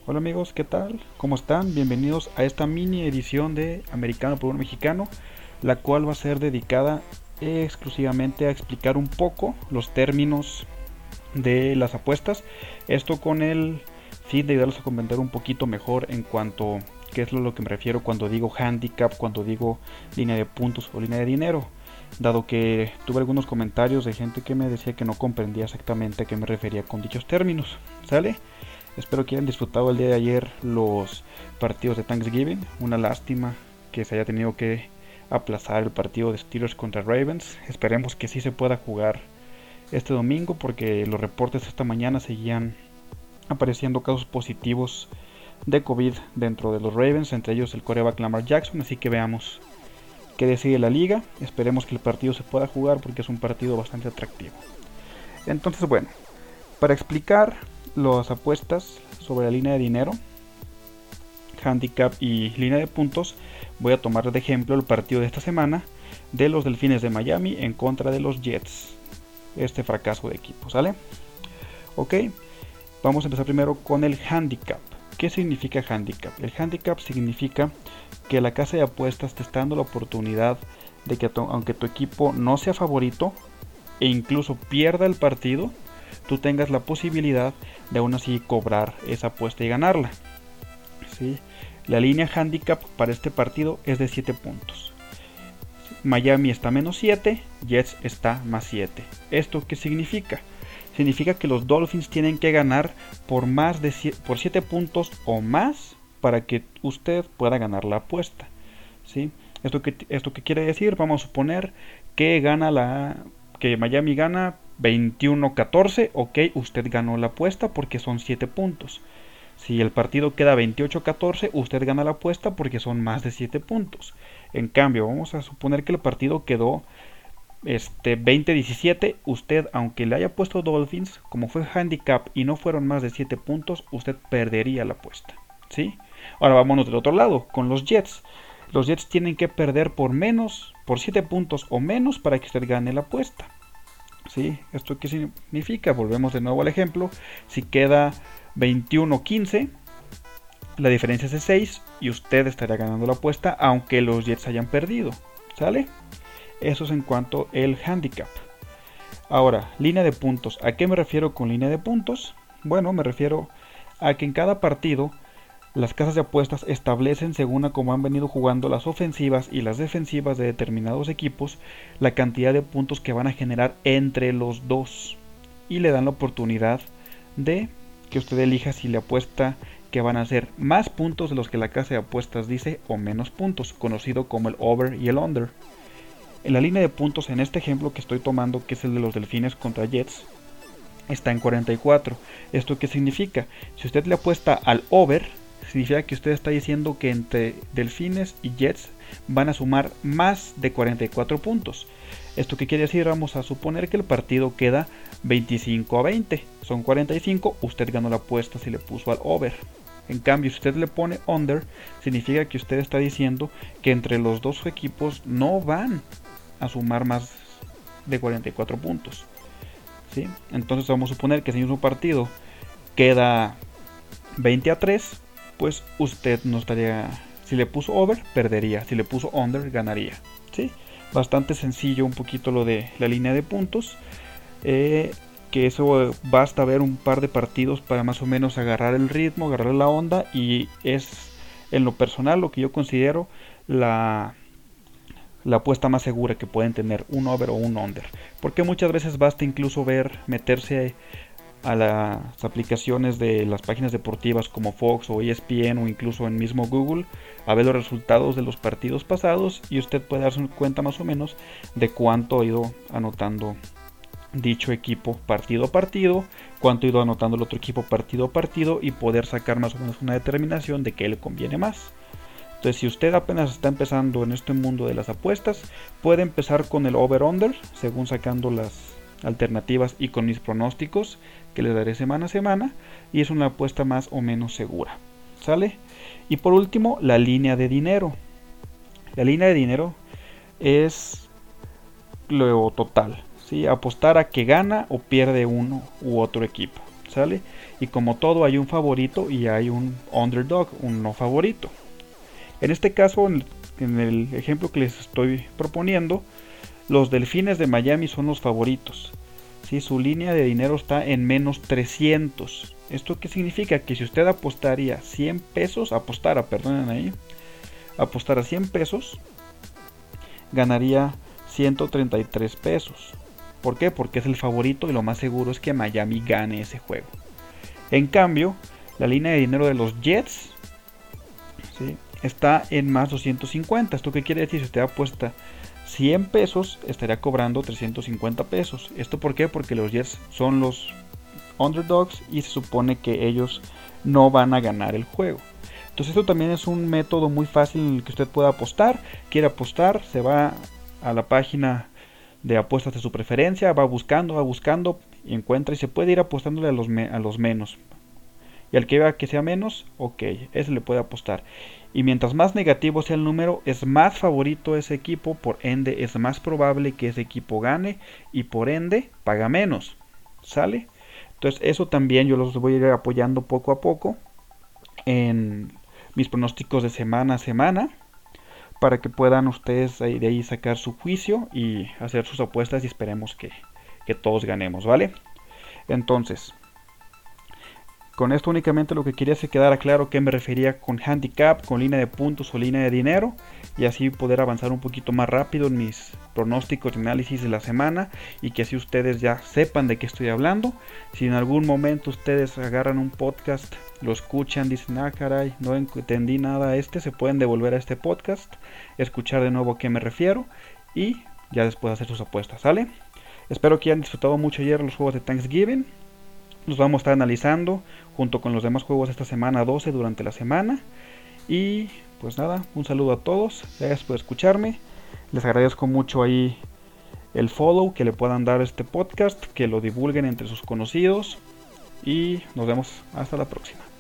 Hola amigos, ¿qué tal? ¿Cómo están? Bienvenidos a esta mini edición de Americano por un Mexicano, la cual va a ser dedicada exclusivamente a explicar un poco los términos de las apuestas. Esto con el fin de ayudarlos a comprender un poquito mejor en cuanto a qué es lo que me refiero cuando digo handicap, cuando digo línea de puntos o línea de dinero, dado que tuve algunos comentarios de gente que me decía que no comprendía exactamente a qué me refería con dichos términos. ¿Sale? Espero que hayan disfrutado el día de ayer los partidos de Thanksgiving. Una lástima que se haya tenido que aplazar el partido de Steelers contra Ravens. Esperemos que sí se pueda jugar este domingo porque los reportes esta mañana seguían apareciendo casos positivos de COVID dentro de los Ravens, entre ellos el quarterback Lamar Jackson, así que veamos qué decide la liga. Esperemos que el partido se pueda jugar porque es un partido bastante atractivo. Entonces, bueno, para explicar las apuestas sobre la línea de dinero, handicap y línea de puntos, voy a tomar de ejemplo el partido de esta semana de los Delfines de Miami en contra de los Jets. Este fracaso de equipo, ¿sale? Ok, vamos a empezar primero con el handicap. ¿Qué significa handicap? El handicap significa que la casa de apuestas te está dando la oportunidad de que aunque tu equipo no sea favorito e incluso pierda el partido, tú tengas la posibilidad de aún así cobrar esa apuesta y ganarla. ¿Sí? La línea handicap para este partido es de 7 puntos. Miami está menos 7, Jets está más 7. ¿Esto qué significa? Significa que los Dolphins tienen que ganar por 7 puntos o más para que usted pueda ganar la apuesta. ¿Sí? ¿Esto qué quiere decir? Vamos a suponer que que Miami gana 21-14, ok, usted ganó la apuesta porque son 7 puntos. Si el partido queda 28-14, usted gana la apuesta porque son más de 7 puntos. En cambio, vamos a suponer que el partido quedó 20-17, usted, aunque le haya puesto Dolphins, como fue handicap y no fueron más de 7 puntos, usted perdería la apuesta. ¿Sí? Ahora vámonos del otro lado, con los Jets. Los Jets tienen que perder por 7 puntos o menos para que usted gane la apuesta. ¿Sí? ¿Esto qué significa? Volvemos de nuevo al ejemplo. Si queda 21-15, la diferencia es de 6 y usted estaría ganando la apuesta aunque los Jets hayan perdido. ¿Sale? Eso es en cuanto al handicap. Ahora, línea de puntos. ¿A qué me refiero con línea de puntos? Bueno, me refiero a que en cada partido las casas de apuestas establecen, según a cómo han venido jugando las ofensivas y las defensivas de determinados equipos, la cantidad de puntos que van a generar entre los dos. Y le dan la oportunidad de que usted elija si le apuesta que van a ser más puntos de los que la casa de apuestas dice o menos puntos, conocido como el over y el under. En la línea de puntos en este ejemplo que estoy tomando, que es el de los Delfines contra Jets, está en 44. ¿Esto qué significa? Si usted le apuesta al over, significa que usted está diciendo que entre Delfines y Jets van a sumar más de 44 puntos. ¿Esto qué quiere decir? Vamos a suponer que el partido queda 25-20. Son 45, usted ganó la apuesta si le puso al over. En cambio, si usted le pone under, significa que usted está diciendo que entre los dos equipos no van a sumar más de 44 puntos. ¿Sí? Entonces vamos a suponer que si mismo partido queda 20-3, pues usted no estaría, si le puso over, perdería, si le puso under, ganaría. ¿Sí? Bastante sencillo un poquito lo de la línea de puntos, que eso basta ver un par de partidos para más o menos agarrar el ritmo, agarrar la onda, y es en lo personal lo que yo considero la apuesta más segura que pueden tener, un over o un under, porque muchas veces basta incluso meterse a las aplicaciones de las páginas deportivas como Fox o ESPN o incluso en mismo Google a ver los resultados de los partidos pasados y usted puede darse cuenta más o menos de cuánto ha ido anotando dicho equipo partido a partido, cuánto ha ido anotando el otro equipo partido a partido y poder sacar más o menos una determinación de qué le conviene más. Entonces, si usted apenas está empezando en este mundo de las apuestas, puede empezar con el over-under, según sacando las alternativas y con mis pronósticos que les daré semana a semana, y es una apuesta más o menos segura. ¿Sale? Y por último, la línea de dinero. La línea de dinero es lo total, ¿sí? Apostar a que gana o pierde uno u otro equipo, ¿sale? Y como todo hay un favorito y hay un underdog, un no favorito. En este caso, en el ejemplo que les estoy proponiendo, los Delfines de Miami son los favoritos. ¿Sí? Su línea de dinero está en menos 300. ¿Esto qué significa? Que si usted apostaría 100 pesos, apostara 100 pesos, ganaría 133 pesos. ¿Por qué? Porque es el favorito y lo más seguro es que Miami gane ese juego. En cambio, la línea de dinero de los Jets, ¿sí?, está en más 250. ¿Esto qué quiere decir? Si usted apuesta 100 pesos, estaría cobrando 350 pesos. ¿Esto por qué? Porque los Jets son los underdogs y se supone que ellos no van a ganar el juego. Entonces esto también es un método muy fácil en el que usted pueda apostar. Quiere apostar, se va a la página de apuestas de su preferencia, va buscando y encuentra, y se puede ir apostándole a los menos. Y al que vea que sea menos, ok, ese le puede apostar. Y mientras más negativo sea el número, es más favorito ese equipo, por ende es más probable que ese equipo gane y por ende paga menos. ¿Sale? Entonces eso también yo los voy a ir apoyando poco a poco en mis pronósticos de semana a semana, para que puedan ustedes de ahí sacar su juicio y hacer sus apuestas y esperemos que todos ganemos, ¿vale? Entonces, con esto únicamente lo que quería es que quedara claro que me refería con handicap, con línea de puntos o línea de dinero, y así poder avanzar un poquito más rápido en mis pronósticos y análisis de la semana, y que así ustedes ya sepan de qué estoy hablando. Si en algún momento ustedes agarran un podcast, lo escuchan, dicen, ah caray, no entendí nada se pueden devolver a este podcast, escuchar de nuevo a qué me refiero y ya después hacer sus apuestas, ¿sale? Espero que hayan disfrutado mucho ayer los juegos de Thanksgiving. Los vamos a estar analizando junto con los demás juegos esta semana 12 durante la semana. Y pues nada, un saludo a todos. Gracias por escucharme. Les agradezco mucho ahí el follow que le puedan dar a este podcast, que lo divulguen entre sus conocidos. Y nos vemos hasta la próxima.